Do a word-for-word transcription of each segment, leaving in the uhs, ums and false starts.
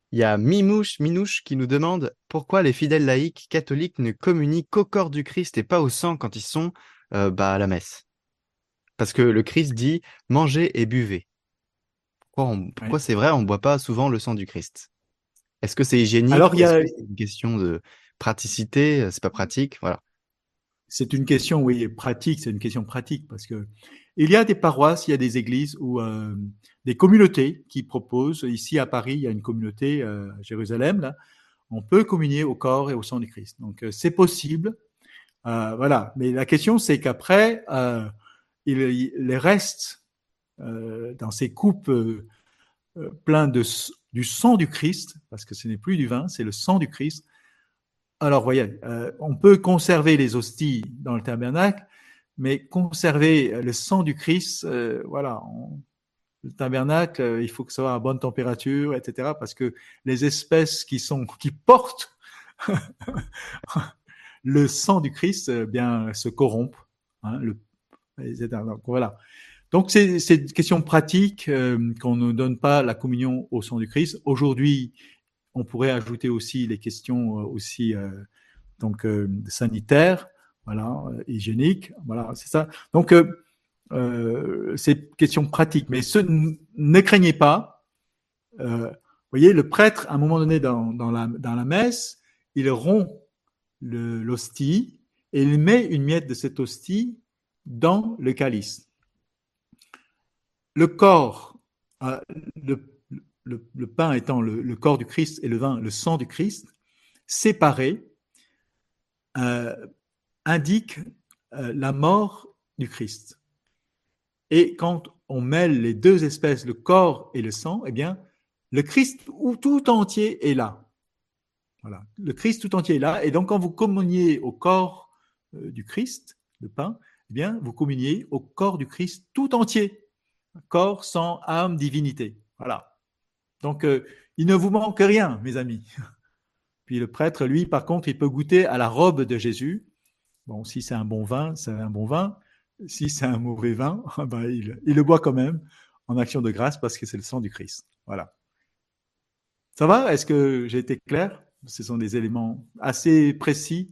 Il y a Mimouche, Minouche qui nous demande pourquoi les fidèles laïcs catholiques ne communient qu'au corps du Christ et pas au sang quand ils sont euh, bah, à la messe. Parce que le Christ dit mangez et buvez. Pourquoi, on- pourquoi Oui. c'est vrai, on ne boit pas souvent le sang du Christ? Est-ce que c'est hygiénique Alors, ou il y est-ce a, que c'est une question de praticité? euh, C'est pas pratique, voilà. c'est une question, oui, pratique, c'est une question pratique parce que il y a des paroisses, il y a des églises ou euh, des communautés qui proposent. Ici à Paris, il y a une communauté euh, à Jérusalem, là, on peut communier au corps et au sang du Christ. Donc euh, c'est possible, euh, voilà. Mais la question, c'est qu'après, euh, il, il, les restes euh, dans ces coupes euh, euh, pleins de du sang du Christ, parce que ce n'est plus du vin, c'est le sang du Christ. Alors, voyez, euh, on peut conserver les hosties dans le tabernacle, mais conserver le sang du Christ, euh, voilà, on, le tabernacle, euh, il faut que ça soit à bonne température, et cetera, parce que les espèces qui sont qui portent le sang du Christ, eh bien, se corrompent. Hein, le, et cetera. Donc, voilà. Donc, c'est, c'est une question pratique euh, qu'on ne donne pas la communion au sang du Christ. Aujourd'hui, on pourrait ajouter aussi les questions euh, aussi euh, donc euh, sanitaires, voilà, euh, hygiéniques, voilà, c'est ça. Donc, euh, euh, c'est une question pratique. Mais ce, ne craignez pas. Euh, vous voyez, le prêtre, à un moment donné dans, dans, la, dans la messe, il rompt le, l'hostie et il met une miette de cette hostie dans le calice. Le corps, euh, le, le, le, pain étant le, le, corps du Christ et le vin le sang du Christ, séparés, euh, indique euh, la mort du Christ. Et quand on mêle les deux espèces, le corps et le sang, eh bien, le Christ tout entier est là. Voilà. Le Christ tout entier est là. Et donc, quand vous communiez au corps euh, du Christ, le pain, eh bien, vous communiez au corps du Christ tout entier. Corps, sang, âme, divinité. Voilà. Donc, euh, il ne vous manque rien, mes amis. Puis le prêtre, lui, par contre, il peut goûter à la robe de Jésus. Bon, si c'est un bon vin, c'est un bon vin. Si c'est un mauvais vin, ben, il, il le boit quand même en action de grâce parce que c'est le sang du Christ. Voilà. Ça va? Est-ce que j'ai été clair? Ce sont des éléments assez précis.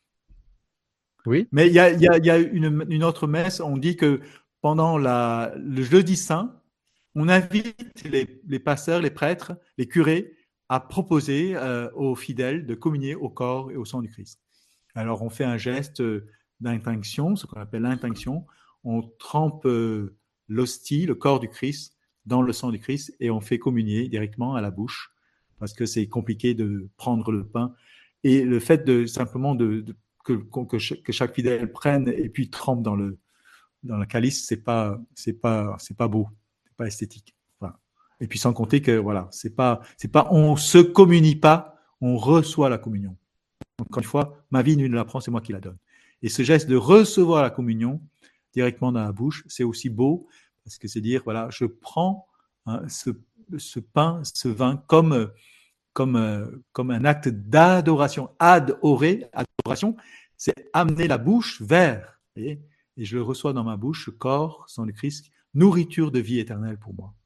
Oui? Mais il y a, il y a, il y a une, une, autre messe, on dit que pendant la, le jeudi saint, on invite les, les pasteurs, les prêtres, les curés à proposer euh, aux fidèles de communier au corps et au sang du Christ. Alors on fait un geste d'intinction, ce qu'on appelle l'intinction. On trempe euh, l'hostie, le corps du Christ, dans le sang du Christ et on fait communier directement à la bouche parce que c'est compliqué de prendre le pain. Et le fait de simplement de, de que, que, que, chaque fidèle prenne et puis trempe dans le, dans le calice, c'est pas, c'est pas, c'est pas beau, c'est pas esthétique. Voilà. Et puis sans compter que voilà, c'est pas, c'est pas, on se communie pas, on reçoit la communion. Encore une fois, ma vie nul ne la prend, c'est moi qui la donne. Et ce geste de recevoir la communion directement dans la bouche, c'est aussi beau parce que c'est dire voilà, je prends hein, ce, ce pain, ce vin comme comme, euh, comme un acte d'adoration. Adorer, adoration, c'est amener la bouche vers. Et, et je le reçois dans ma bouche, corps, sang du Christ, nourriture de vie éternelle pour moi.